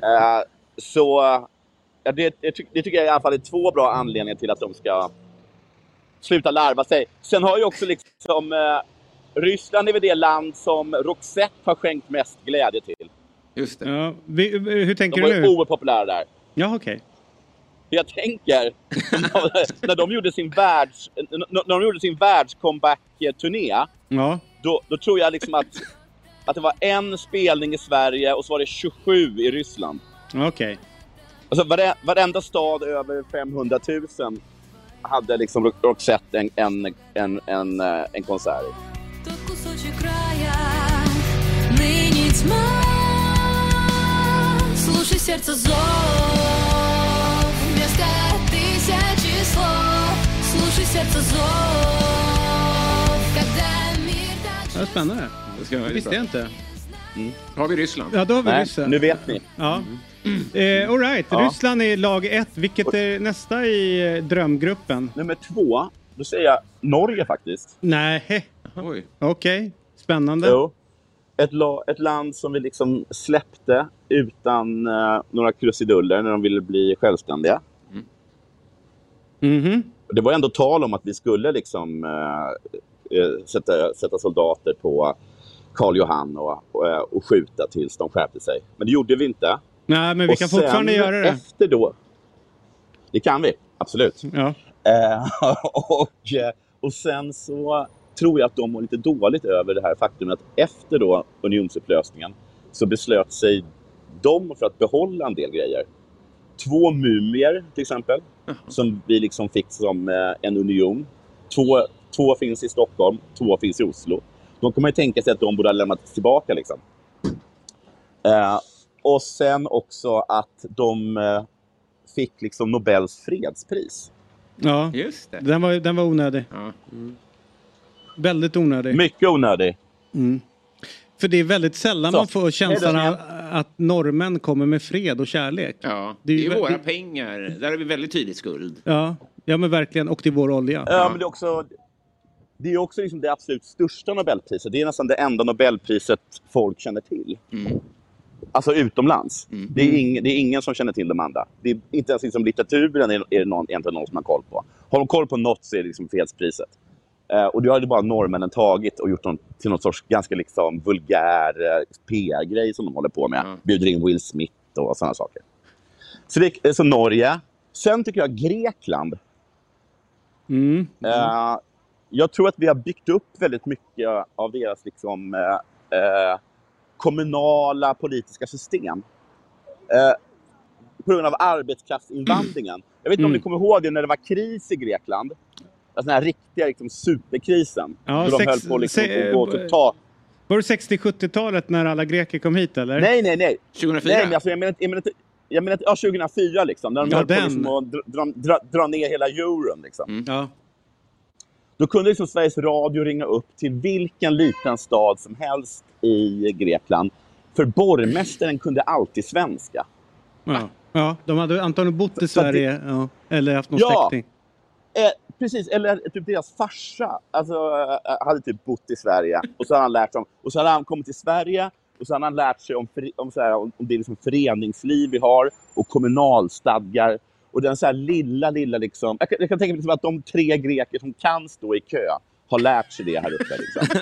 Det tycker jag i alla fall är 2 bra anledningar till att de ska sluta larva sig. Sen har ju också liksom Ryssland är väl det land som Roxette har skänkt mest glädje till. Just det. Ja, hur tänker du nu? De var ju oerhört populära där. Ja, okej. Jag tänker när de gjorde sin världscomeback-turné. Ja. Då tror jag liksom att det var en spelning i Sverige och så var det 27 i Ryssland. Okej. Alltså varenda stad över 500 000 hade liksom Roxette en konsert. Det är spännande. Det visste jag inte. Har vi Ryssland? Ja, då har vi Ryssland. Nu vet ni. Ja. All right. Ryssland är lag 1. Vilket är nästa i drömgruppen? Nummer 2. Då säger jag Norge faktiskt. Nej. Oj. Okej. Spännande. Jo. Ett land som vi liksom släppte utan några krusiduller när de ville bli självständiga. Det var ändå tal om att vi skulle liksom sätta soldater på Karl Johan och skjuta tills de skärpte sig. Men det gjorde vi inte. Nej, men vi kan fortfarande göra det. Efter då, det kan vi, absolut. Ja. Och sen så tror jag att de var lite dåligt över det här faktum att efter då unionsupplösningen så beslöt sig de för att behålla en del grejer. 2 mumier till exempel, som vi liksom fick som en union. 2 finns i Stockholm, 2 finns i Oslo. De kommer ju tänka sig att de borde ha lämnat tillbaka liksom. Och sen också att de fick liksom Nobels fredspris. Ja, just det. Den var onödig. Ja. Väldigt onödig. Mycket onödig. För det är väldigt sällan man får känslan att norrmän kommer med fred och kärlek. Ja, det är ju våra pengar. Där är vi väldigt tydligt skuld. Ja, men verkligen. Och till vår olja. Ja, men det är också liksom det absolut största Nobelpriset. Det är nästan det enda Nobelpriset folk känner till. Alltså utomlands. Det är ingen som känner till de andra. Det är inte ens liksom litteraturen är det egentligen någon som har koll på. Har de koll på något så är det liksom fredspriset. Och det har ju bara norrmännen tagit och gjort till någon sorts ganska liksom vulgär PR-grej som de håller på med. Bjuder in Will Smith och sådana saker. Så det är så Norge. Sen tycker jag Grekland. Jag tror att vi har byggt upp väldigt mycket av deras liksom, kommunala politiska system. På grund av arbetskraftsinvandringen. Jag vet inte om ni kommer ihåg det när det var kris i Grekland. Den här riktiga liksom, superkrisen. Ja, de höll på liksom, att gå och ta... Var det 60-70-talet när alla greker kom hit eller? Nej. 2004? Nej, men alltså, jag menar 2004 liksom. När de höll på liksom, att dra ner hela euron liksom. Ja. Då kunde liksom Sveriges Radio ringa upp till vilken liten stad som helst i Grekland. För borgmästaren kunde alltid svenska. Ja, de hade antagligen bott i Sverige eller haft någon släkting. Precis, eller typ deras farsa hade typ bott i Sverige. Och så hade han lärt sig och så hade han kommit till Sverige. Och så hade han lärt sig om det liksom föreningsliv vi har och kommunalstadgar. Och den så här lilla liksom... Jag kan tänka mig liksom att de 3 greker som kan stå i kö har lärt sig det här uppe liksom.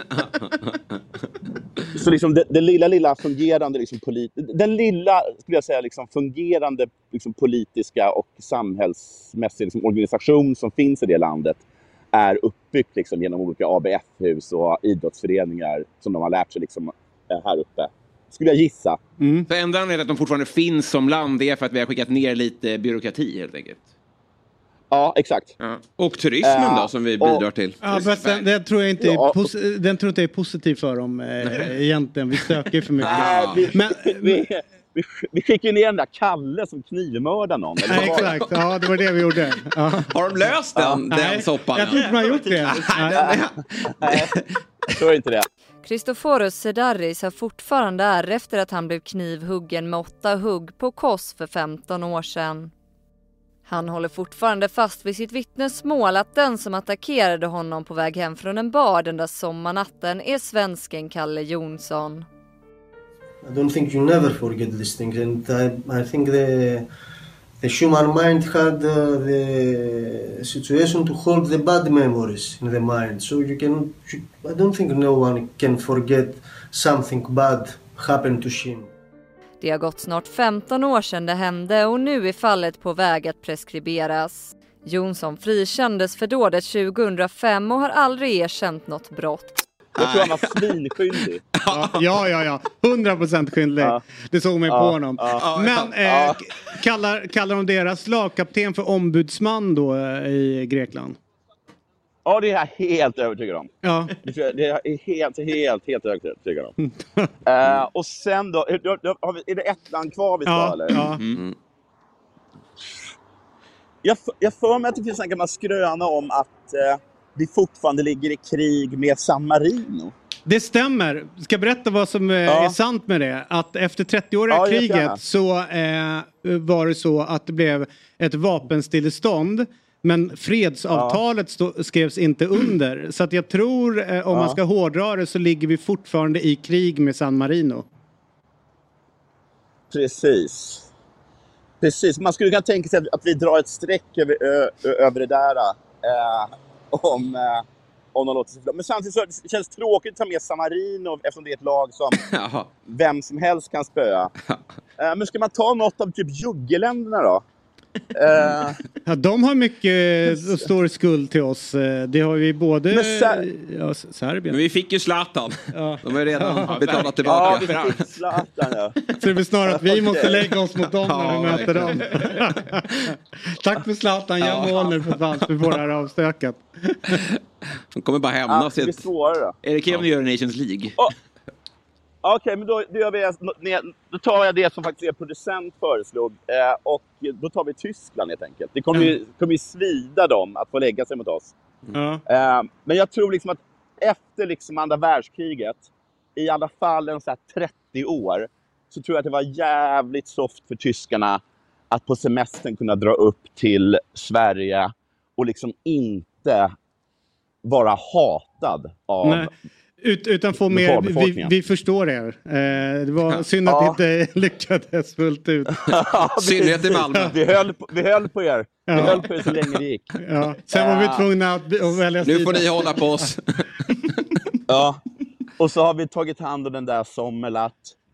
Så liksom det lilla fungerande liksom den lilla skulle jag säga liksom fungerande liksom politiska och samhällsmässiga liksom, organisation som finns i det landet är uppbyggt liksom genom olika ABF-hus och idrottsföreningar som de har lärt sig liksom här uppe. Skulle jag gissa. För enda anledningen att de fortfarande finns som land är för att vi har skickat ner lite byråkrati helt enkelt. Ja, exakt. Ja. Och turismen då som vi bidrar till. Ja, den tror jag inte den tror inte är positiv för dem egentligen. Vi söker för mycket. Vi skickar ner den där Kalle som knivmördar någon. Exakt, ja det var det vi gjorde. Ja. Har de löst den soppan? Jag tror inte man har gjort det. Nej, jag tror inte det. Christoforos Sedaris har fortfarande ärr efter att han blev knivhuggen med 8 hugg på Kos för 15 år sedan. Han håller fortfarande fast vid sitt vittnesmål att den som attackerade honom på väg hem från en bar den där sommarnatten är svensken Kalle Jonsson. I don't think you never forget these things, and I think the human mind had the situation to hold the bad memories in the mind. So I don't think no one can forget something bad happened to him. Det har gått snart 15 år sedan det hände och nu är fallet på väg att preskriberas. Jonsson frikändes för dådet 2005 och har aldrig erkänt något brott. Jag tror han var svinskyldig. Ja. 100% skyldig. Ja. Det såg mig på honom. Men kallar de deras lagkapten för ombudsman då i Grekland? Ja, det är jag helt övertygad om. Ja. Det är helt övertygad om. Och sen då, är det ett land kvar vi ska eller? Ja. Jag för mig att det finns en gammal skröna om att vi fortfarande ligger i krig med San Marino. Det stämmer. Ska jag berätta vad som är sant med det? Att efter 30-åriga kriget så var det så att det blev ett vapenstillestånd. Men fredsavtalet skrevs inte under. Så att jag tror, om man ska hårdra det, så ligger vi fortfarande i krig med San Marino. Precis. Precis, man skulle kunna tänka sig att vi drar ett streck över det där om de låter sig. Men samtidigt så det känns tråkigt att ta med San Marino eftersom det är ett lag som vem som helst kan spöa. Men ska man ta något av typ juggeländerna då? Ja, de har mycket stor skuld till oss. Det har vi både Serbien. Men vi fick ju Zlatan. Ja. De har redan betalat tillbaka. Ja, vi fick Zlatan, ja. Så det blir snarare att vi måste lägga oss mot dem när vi möter dem. Tack för Zlatan, jag mål nu för att vi får det här avstökat. De kommer bara hämnas. Det blir svårare då. Är det kul om ni gör Nations League? Okej, men då tar jag det som faktiskt er producent föreslog och då tar vi Tyskland helt enkelt. Det kommer ju svida dem att få lägga sig mot oss. Men jag tror liksom att efter liksom andra världskriget, i alla fall en så här 30 år, så tror jag att det var jävligt soft för tyskarna att på semestern kunna dra upp till Sverige och liksom inte vara hatad av... Nej. Utan få mer, vi förstår er. Det var synd att det inte lyckades fullt ut. Synnerhet i Malmö. Vi höll på er. Vi höll på er så länge det gick. Ja. Sen var vi tvungna att välja sida. Nu får ni hålla på oss. Ja. Och så har vi tagit hand om den där Sommerlatt.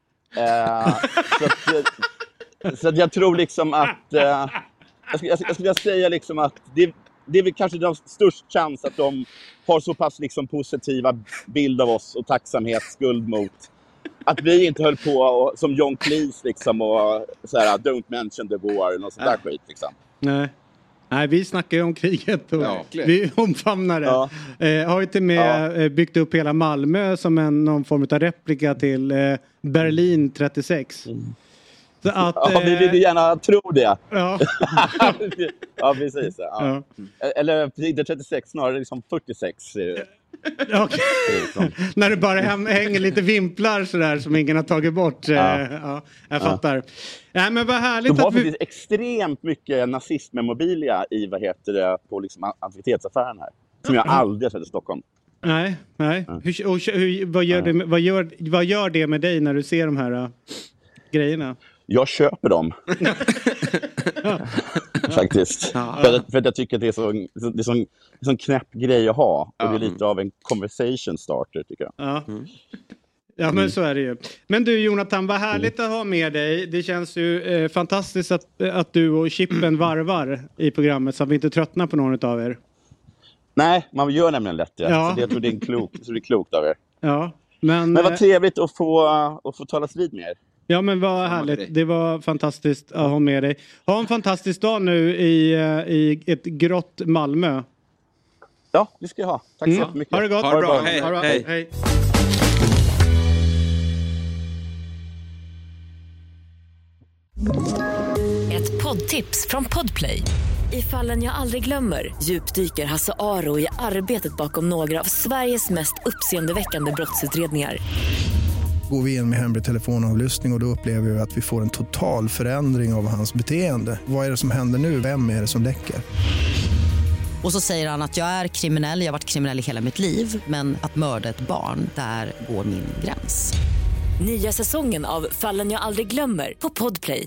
Så att jag tror liksom att... jag skulle säga liksom att... Det är väl kanske den största chans att de har så pass liksom positiva bild av oss och tacksamhet, skuld mot att vi inte höll på som John Cleese liksom och så här don't mention the war och något sånt där skit liksom. Nej, vi snackar ju om kriget och vi omfamnar det. Har ju till med byggt upp hela Malmö som någon form av replika till Berlin 36. Så att, vi vill gärna tro det. Ja, ja precis. Ja. Eller inte 36, snarare liksom 46. Okay. När det bara hänger lite vimplar sådär som ingen har tagit bort. Jag fattar. Ja, men vad härligt. Det var faktiskt extremt mycket nazistmemobilia i på liksom antikvitetsaffären här. Som jag aldrig har sett i Stockholm. Nej. Vad gör det med dig när du ser de här grejerna? Jag köper dem. Faktiskt. För att jag tycker att det är en sån knäpp grej att ha. Och det är lite av en conversation starter tycker jag. Ja, men så är det ju. Men du Jonathan, vad härligt att ha med dig. Det känns ju fantastiskt att du och Chippen varvar i programmet så att vi inte tröttnar på någon av er. Nej, man gör nämligen lätt det. Så jag tror det är klokt av er. Ja, men vad trevligt att få talas vid med er. Ja, men vad härligt. Det var fantastiskt att ha med dig. Ha en fantastisk dag nu i ett grått Malmö. Ja, det ska jag ha. Tack så mycket. Ha det gott. Ha det bra. Hej. Ett poddtips från Podplay. I Fallen jag aldrig glömmer djupdyker Hasse Aro i arbetet bakom några av Sveriges mest uppseendeväckande brottsutredningar. Går vi in med hemlig telefonavlyssning och då upplever vi att vi får en total förändring av hans beteende. Vad är det som händer nu? Vem är det som läcker? Och så säger han att jag är kriminell, jag har varit kriminell i hela mitt liv. Men att mörda ett barn, där går min gräns. Nya säsongen av Fallen jag aldrig glömmer på Podplay.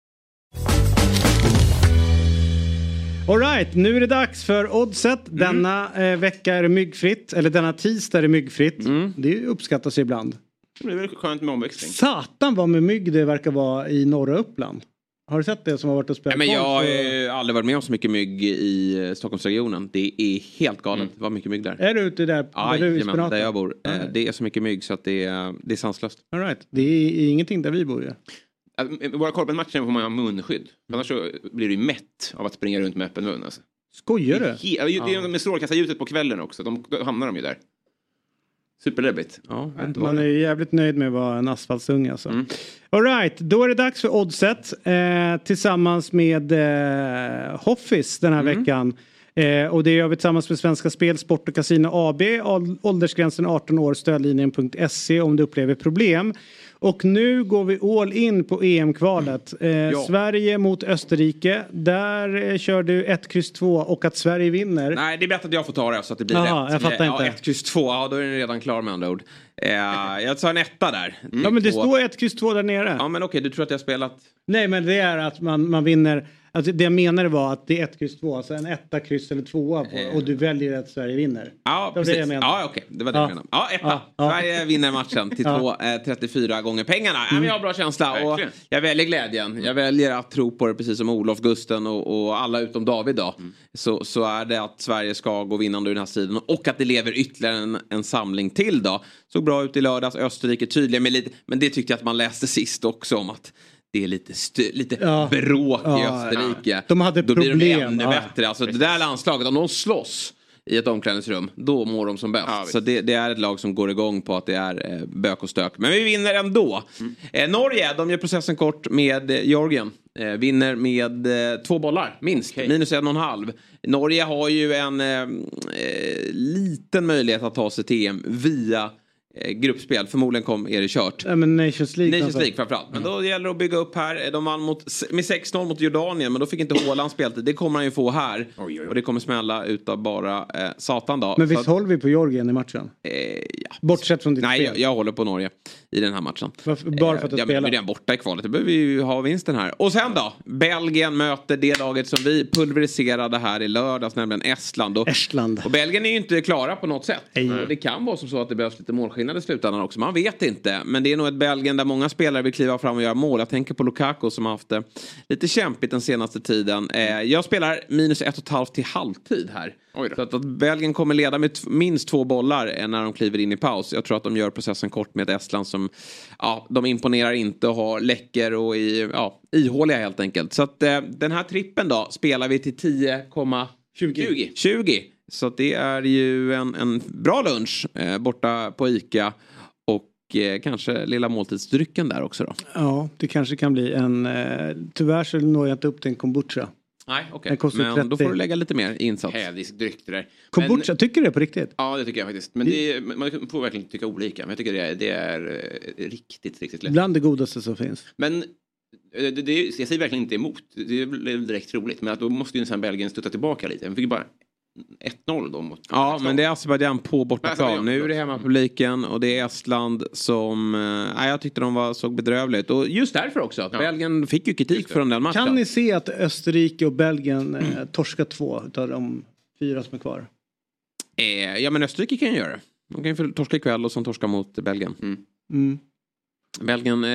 All right, nu är det dags för Oddset. Denna vecka är det myggfritt, eller denna tisdag är det myggfritt. Det uppskattas ibland. Det är väl skönt med omväxling. Satan vad med mygg det verkar vara i norra Uppland. Har du sett det som har varit och spelat? Men jag har aldrig varit med om så mycket mygg i Stockholmsregionen. Det är helt galet vad mycket mygg där. Är du ute där? Där jag bor. Det är så mycket mygg så att det är sanslöst. All right. Det är ingenting där vi bor ju. Våra korpenmatcher får man ha munskydd. Annars så blir du mätt av att springa runt med öppen mun. Alltså. Skojar du? Det är med strålkastarljuset på kvällen också. Då hamnar de ju där. Superläbbigt. Ja, man är jävligt nöjd med att vara en asfaltsunge alltså. All right, då är det dags för Oddset. Tillsammans med Hoffis den här veckan. Och det gör vi tillsammans med Svenska Spel, Sport och Casino AB. Åldersgränsen 18 år, stödlinjen.se om du upplever problem. Och nu går vi all in på EM-kvalet. Sverige mot Österrike. Där kör du 1-2 och att Sverige vinner. Nej, det är bättre att jag får ta det så att det blir rätt. Jag fattar inte. 1-2, då är den redan klar med andra ord. Jag tar en etta där. Ja, men det står 1-2 där nere. Ja, men okej, du tror att jag har spelat... Nej, men det är att man vinner... Alltså det jag menade var att det är 1-2, alltså en 1, kryss eller 2 och du väljer att Sverige vinner. Ja, precis. Okej, det var det jag menade. Ja, 1. Sverige vinner matchen till 34 gånger pengarna. Men jag har bra känsla och jag väljer glädjen. Jag väljer att tro på det precis som Olof, Gusten och alla utom David då. Så är det att Sverige ska gå vinnande ur den här sidan och att det lever ytterligare en samling till då. Såg bra ut i lördags, Österrike tydliga med lite, men det tyckte jag att man läste sist också om att det är lite bråk i Österrike. De hade då problem. Blir de ännu bättre. Alltså det där landslaget, om de slåss i ett omklädningsrum, då mår de som bäst. Så det är ett lag som går igång på att det är bök och stök. Men vi vinner ändå. Norge, de gör processen kort med Georgien. Vinner med 2 bollar, minst. Minus 1,5. Norge har ju en liten möjlighet att ta sig till EM via gruppspel. Förmodligen är det kört. Men Nations League framförallt. Men då gäller det att bygga upp här. De vann med 6-0 mot Jordanien. Men då fick inte Haaland spelat. Det kommer han ju få här. Och det kommer smälla utav bara satan då. Men visst håller vi på Georgien i matchen? Bortsett från ditt spel. Nej, jag håller på Norge i den här matchen. Bara för att spelar? Men den borta i kvalet. Det behöver vi ju ha vinsten här. Och sen då? Belgien möter det laget som vi pulveriserade här i lördags. Nämligen Estland. Och Belgien är ju inte klara på något sätt. Och det kan vara som så att det behövs lite målskillnad i slutändan också. Man vet inte. Men det är nog ett Belgien där många spelare vill kliva fram och göra mål. Jag tänker på Lukaku som har haft det lite kämpigt den senaste tiden. Jag spelar minus 1,5 till halvtid här. Så att Belgien kommer leda med minst 2 bollar när de kliver in i paus. Jag tror att de gör processen kort med Estland som de imponerar inte och har läcker och ihåliga helt enkelt. Så att den här trippen då spelar vi till 10,20. Så det är ju en bra lunch borta på ICA. Och kanske lilla måltidsdrycken där också då. Ja, det kanske kan bli en... tyvärr så når jag inte upp till en kombucha. Nej, okej. Men då får du lägga lite mer insats. Hädisk dryck det där. Kombucha, tycker du det på riktigt? Ja, det tycker jag faktiskt. Men man får verkligen tycka olika. Men jag tycker det är riktigt lätt. Bland det godaste som finns. Men jag säger verkligen inte emot. Det är direkt roligt. Men att då måste ju sen Belgien stötta tillbaka lite. Jag fick bara 1-0 då mot... Ja, men det är Azerbaijan på bortaplan. Nu är det hemmapubliken och det är Estland som... jag tyckte de såg bedrövligt. Och just därför också. Att Belgien fick ju kritik från den matchen. Kan ni se att Österrike och Belgien torskar 2 av de 4 som är kvar? Ja, men Österrike kan ju göra det. De kan ju torska ikväll och sen torska mot Belgien. Belgien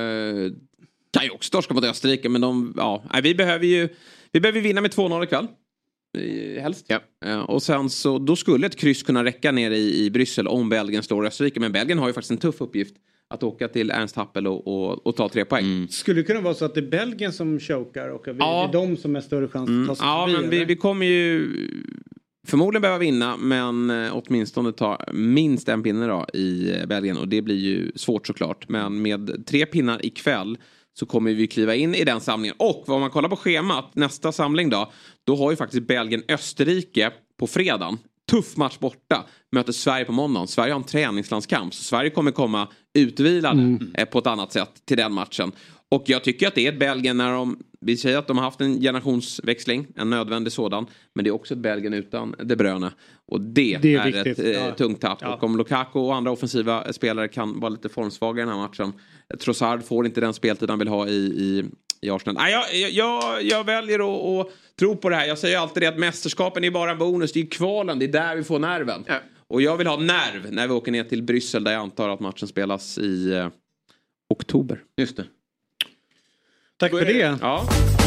kan ju också torska mot Österrike. Men vi behöver vinna med 2-0 ikväll. Helst. Och sen så då skulle ett kryss kunna räcka ner i Bryssel om Belgien slår Österrike. Men Belgien har ju faktiskt en tuff uppgift att åka till Ernst Happel och ta 3 poäng. Skulle det kunna vara så att det är Belgien som chokar och det är de som är större chans att ta sig förbi? Men vi kommer ju förmodligen behöva vinna, men åtminstone ta minst en pinne då i Belgien, och det blir ju svårt såklart. Men med 3 pinnar ikväll så kommer vi kliva in i den samlingen. Och om man kollar på schemat, nästa samling då har ju faktiskt Belgien Österrike på fredagen. Tuff match borta. Möter Sverige på måndagen. Sverige har en träningslandskamp. Så Sverige kommer komma utvilade på ett annat sätt till den matchen. Och jag tycker att det är ett Belgien när vi säger att de har haft en generationsväxling. En nödvändig sådan. Men det är också ett Belgien utan De Bruyne. Och det är ett tungt tapp. Och om Lukaku och andra offensiva spelare kan vara lite formsvaga i den här matchen. Trossard får inte den speltid han vill ha i Arsenal. Jag väljer att tro på det här. Jag säger alltid det att mästerskapen är bara en bonus. Det är kvalen, det är där vi får nerven. Och jag vill ha nerv när vi åker ner till Bryssel, där jag antar att matchen spelas i oktober. Just det. Tack för det. Ja.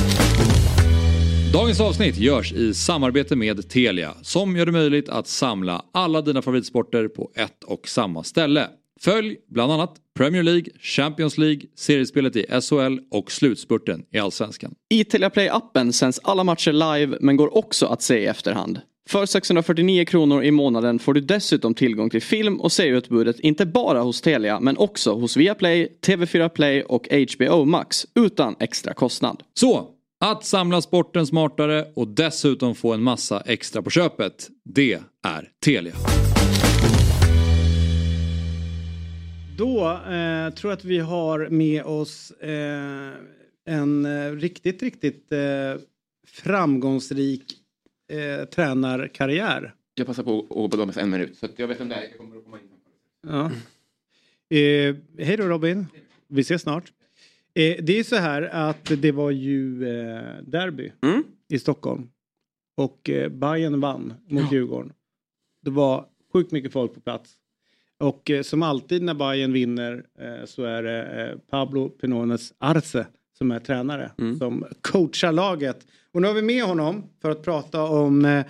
Dagens avsnitt görs i samarbete med Telia, som gör det möjligt att samla alla dina favoritsporter på ett och samma ställe. Följ bland annat Premier League, Champions League, seriespelet i SHL och slutspurten i Allsvenskan. I Telia Play-appen sänds alla matcher live, men går också att se i efterhand. För 649 kronor i månaden får du dessutom tillgång till film- och serieutbudet inte bara hos Telia, men också hos Viaplay, TV4 Play och HBO Max utan extra kostnad. Så, att samla sporten smartare och dessutom få en massa extra på köpet, det är Telia. Då tror jag att vi har med oss en riktigt framgångsrik tränarkarriär. Jag passar på att gå med 1 minut. Så att jag vet om det här. Jag kommer att komma in. Ja. Hej då Robin. Vi ses snart. Det är så här att det var ju derby i Stockholm. Och Bayern vann mot Djurgården. Det var sjukt mycket folk på plats. Och som alltid när Bayern vinner så är det Pablo Pinones Arce som är tränare. Som coachar laget. Och nu har vi med honom för att prata om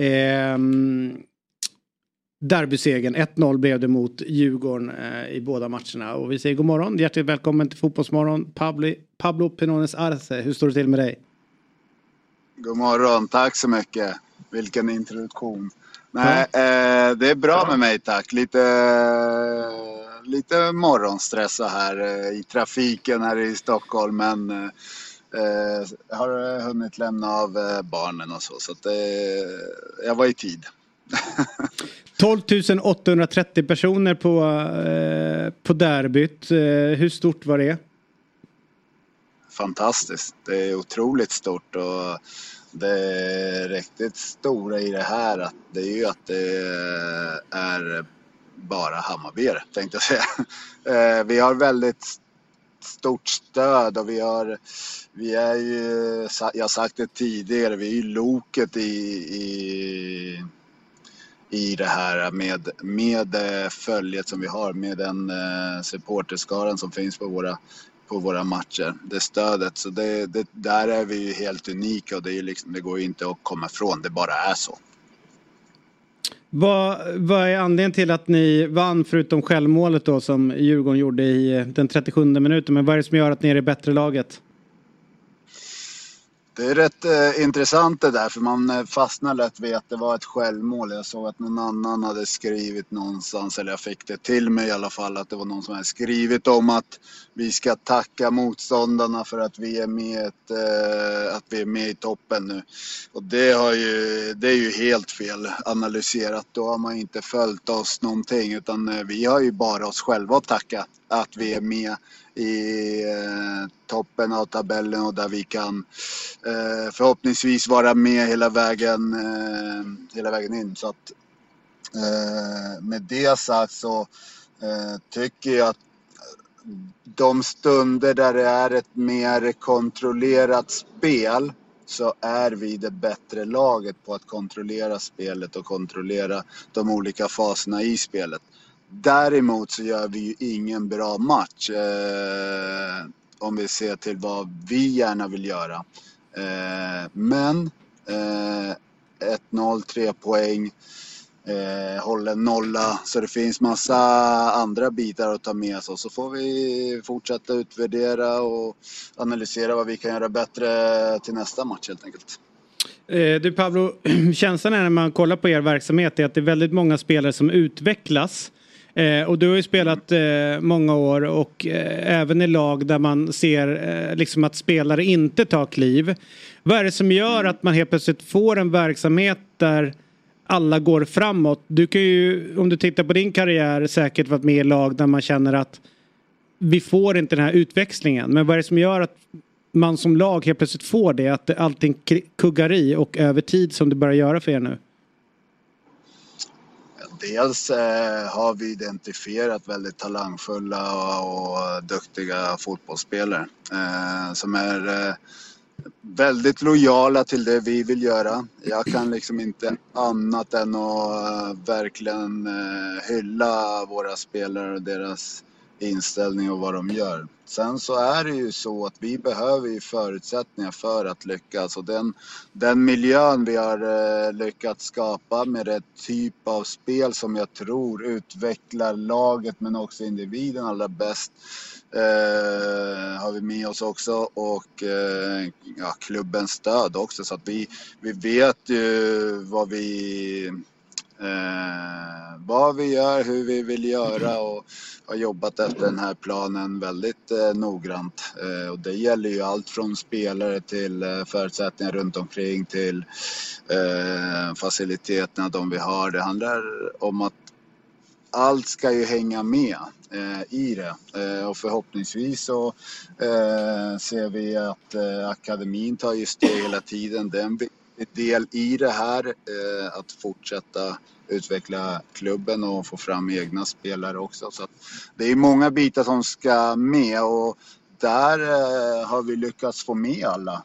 derbysegen. 1-0 blev det mot Djurgården i båda matcherna. Och vi säger god morgon. Hjärtligt välkommen till Fotbollsmorgon. Pablo Pinones Arce. Hur står det till med dig? God morgon. Tack så mycket. Vilken introduktion. Nej, det är bra med mig, tack. Lite morgonstressa här i trafiken här i Stockholm. Men jag har hunnit lämna av barnen och så att jag var i tid. 12 830 personer på derbyt. Hur stort var det? Fantastiskt. Det är otroligt stort och det riktigt stora i det här att det är ju att det är bara Hammarby, tänkte jag säga. Vi har väldigt stort stöd och vi är ju, jag har sagt det tidigare, vi är ju loket i det här med följet som vi har, med den supporterskaran som finns på våra matcher, det stödet, så det där är vi ju helt unika och det är liksom, det går ju inte att komma ifrån, det bara är så. Vad är anledningen till att ni vann förutom självmålet då som Djurgården gjorde i den 37 minuten, men vad är det som gör att ni är det bättre laget? Det är rätt intressant det där, för man fastnar lätt vid att det var ett självmål. Jag såg att någon annan hade skrivit någonstans, eller jag fick det till mig i alla fall, att det var någon som hade skrivit om att vi ska tacka motståndarna för att vi är med i toppen nu. Och det är ju helt fel analyserat. Då har man inte följt oss någonting, utan vi har ju bara oss själva att tacka att vi är med i toppen av tabellen och där vi kan förhoppningsvis vara med hela vägen in. Så att med det sagt så tycker jag att de stunder där det är ett mer kontrollerat spel så är vi det bättre laget på att kontrollera spelet och kontrollera de olika faserna i spelet. Däremot så gör vi ju ingen bra match om vi ser till vad vi gärna vill göra. Men 1-0, 3 poäng, håller nolla, så det finns massa andra bitar att ta med oss. Så får vi fortsätta utvärdera och analysera vad vi kan göra bättre till nästa match helt enkelt. Du Pablo, känslan är när man kollar på er verksamhet är att det är väldigt många spelare som utvecklas. Och du har ju spelat många år och även i lag där man ser liksom att spelare inte tar kliv. Vad är det som gör att man helt plötsligt får en verksamhet där alla går framåt? Du kan ju, om du tittar på din karriär, säkert varit med i lag där man känner att vi får inte den här utväxlingen. Men vad är det som gör att man som lag helt plötsligt får det? Att allting kuggar i och över tid som det börjar göra för er nu? Dels har vi identifierat väldigt talangfulla och duktiga fotbollsspelare som är väldigt lojala till det vi vill göra. Jag kan liksom inte annat än att verkligen hylla våra spelare och deras inställning och vad de gör. Sen så är det ju så att vi behöver ju förutsättningar för att lyckas, och den miljön vi har lyckats skapa med rätt typ av spel som jag tror utvecklar laget men också individen allra bäst har vi med oss också, och klubbens stöd också, så att vi vet ju vad vi gör, hur vi vill göra, och har jobbat efter den här planen väldigt noggrant. Och det gäller ju allt från spelare till förutsättningar runt omkring till faciliteterna de vi har. Det handlar om att allt ska ju hänga med. i det. Och förhoppningsvis så ser vi att akademin tar just det hela tiden. Det är en del i det här, att fortsätta utveckla klubben och få fram egna spelare också. Så att det är många bitar som ska med, och där har vi lyckats få med alla.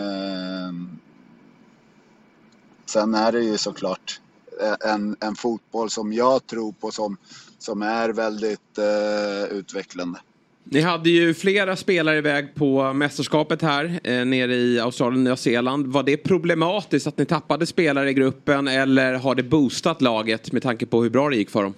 Sen är det ju såklart en fotboll som jag tror på som är väldigt utvecklande. Ni hade ju flera spelare iväg på mästerskapet här nere i Australien och Nya Zeeland. Var det problematiskt att ni tappade spelare i gruppen, eller har det boostat laget med tanke på hur bra det gick för dem?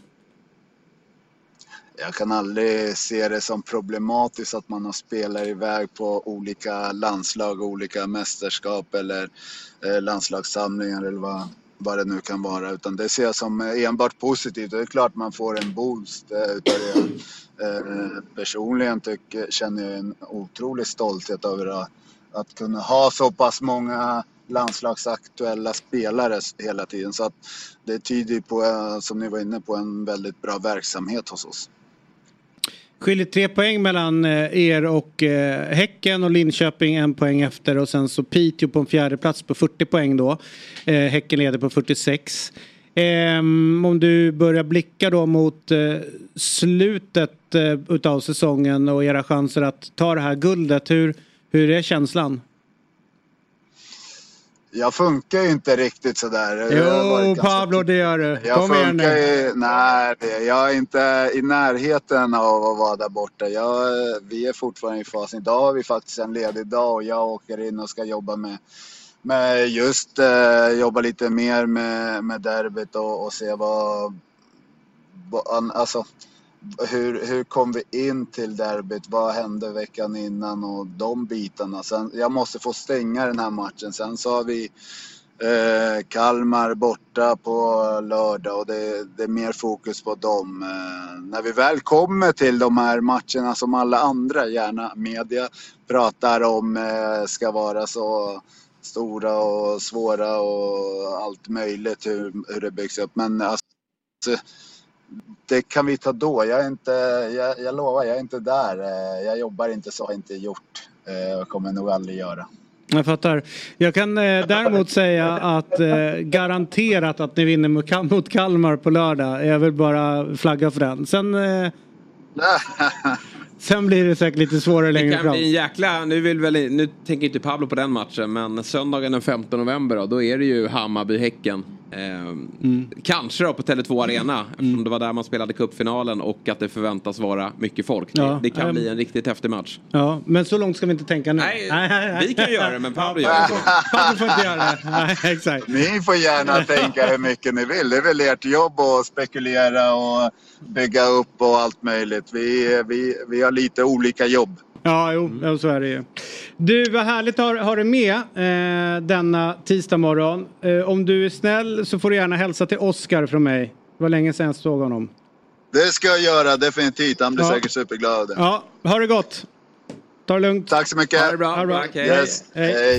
Jag kan aldrig se det som problematiskt att man har spelare iväg på olika landslag, olika mästerskap eller landslagssamlingar eller vad det nu kan vara. Utan det ser jag som enbart positivt. Det är klart man får en boost utav det. Personligen känner jag en otrolig stolthet över att kunna ha så pass många landslagsaktuella spelare hela tiden. Så att det tyder på, som ni var inne på, en väldigt bra verksamhet hos oss. Skiljer 3 poäng mellan er och Häcken, och Linköping 1 poäng efter, och sen så Piteå på en 4:e plats på 40 poäng då. Häcken leder på 46. Om du börjar blicka då mot slutet utav säsongen och era chanser att ta det här guldet, hur är känslan? Jag funkar ju inte riktigt sådär. Jo, Pablo, det gör du. Jag funkar ju, nej, jag är inte i närheten av att vara där borta. Vi är fortfarande i fasen. Idag har vi faktiskt en ledig dag och jag åker in och ska jobba med just jobba lite mer med derbyt och se alltså hur kom vi in till derbyt, vad hände veckan innan och de bitarna. Sen, jag måste få stänga den här matchen. Sen så har vi Kalmar borta på lördag och det är mer fokus på dem. När vi väl kommer till de här matcherna som alla andra, gärna media pratar om, ska vara så stora och svåra och allt möjligt, hur det byggs upp. Men alltså, det kan vi ta då. Jag lovar, jag är inte där. Jag jobbar inte så, har inte gjort. Jag kommer nog aldrig göra. Jag fattar. Jag kan däremot säga att garanterat att ni vinner mot Kalmar på lördag. Jag vill bara flagga för den. Sen blir det säkert lite svårare längre fram. Det kan bli en jäkla... Nu tänker inte Pablo på den matchen, men söndagen den 15 november då är det ju Hammarby-Häcken. Kanske då på Tele2 Arena, eftersom det var där man spelade cupfinalen och att det förväntas vara mycket folk. Ja, det kan bli en riktigt häftig match. Ja, men så långt ska vi inte tänka nu. Nej. Vi kan göra det, men Pablo gör det. Pablo får inte göra det. Nej, exakt. Ni får gärna tänka hur mycket ni vill. Det är väl ert jobb att spekulera och bygga upp och allt möjligt. Vi har lite olika jobb. Ja, så är det ju. Du, vad härligt att ha dig med denna tisdag morgon. Om du är snäll så får du gärna hälsa till Oskar från mig. Det var länge sedan jag såg honom. Det ska jag göra, definitivt. Han blir säkert superglad av det. Ja, ha det gott. Ta det lugnt. Tack så mycket. Ha det bra. Yes. Hej.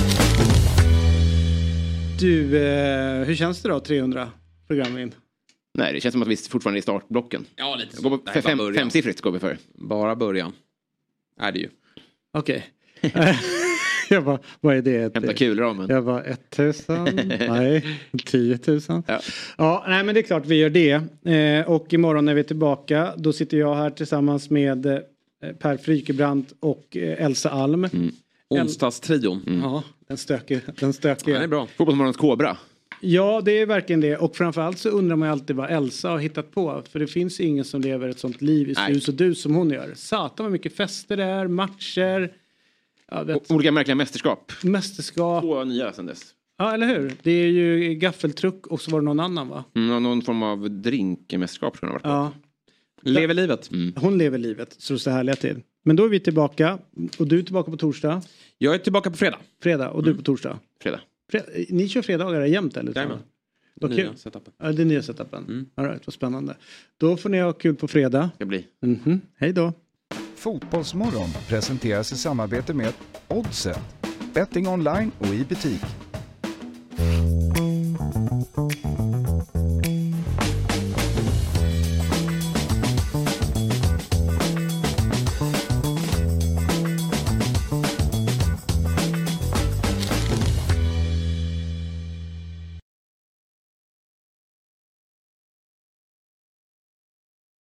Du, hur känns det då, 300 program in? Nej, det känns som att vi fortfarande är i startblocken. Ja, lite. Går på femsiffrigt går vi för. Bara början. Är det ju. Okej. Jag bara, vad är det? Hämta kulramen. Jag var 1000. Nej, 10 000. Ja, nej, men det är klart vi gör det. Och imorgon när vi är tillbaka, då sitter jag här tillsammans med Per Frykebrant och Elsa Alm. Onsdagstrion. Ja, den stökiga. Ja, det är bra. Fotbollsmorgonens kobra. Ja, det är verkligen det. Och framförallt så undrar man ju alltid vad Elsa har hittat på. För det finns ingen som lever ett sånt liv i sus och dus som hon gör. Satan vad mycket fester det är, matcher. Olika märkliga mästerskap. 2 nya sedan dess. Ja, eller hur? Det är ju gaffeltruck och så var det någon annan, va? Någon form av drinkmästerskap skulle det ha varit. Ja. Lever livet. Hon lever livet, så det är härliga till. Men då är vi tillbaka. Och du är tillbaka på torsdag. Jag är tillbaka på fredag. Fredag, och du på torsdag. Fredag. Ni kör fredagar jämt, eller? Jajamän. Nya setupen. Ja, det är nya setupen. All right, vad spännande. Då får ni ha kul på fredag. Det blir. Hej då. Fotbollsmorgon presenteras i samarbete med Oddset. Betting online och i butik.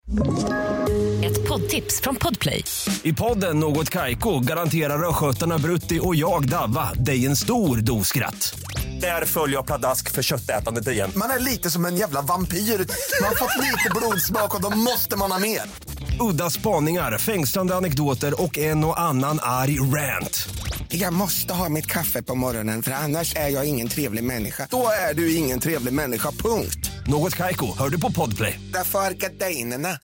Ett poddtips från Podplay. I podden Något Kaiko garanterar röskötarna Brutti och jag Davva dig en stor doskratt. Där följer jag pladask för köttätandet igen. Man är lite som en jävla vampyr. Man har fått lite blodsmak och då måste man ha mer. Udda spaningar, fängslande anekdoter och en och annan arg rant. Jag måste ha mitt kaffe på morgonen för annars är jag ingen trevlig människa. Då är du ingen trevlig människa, punkt. Något Kaiko, hör du på Podplay. Därför är gardinerna.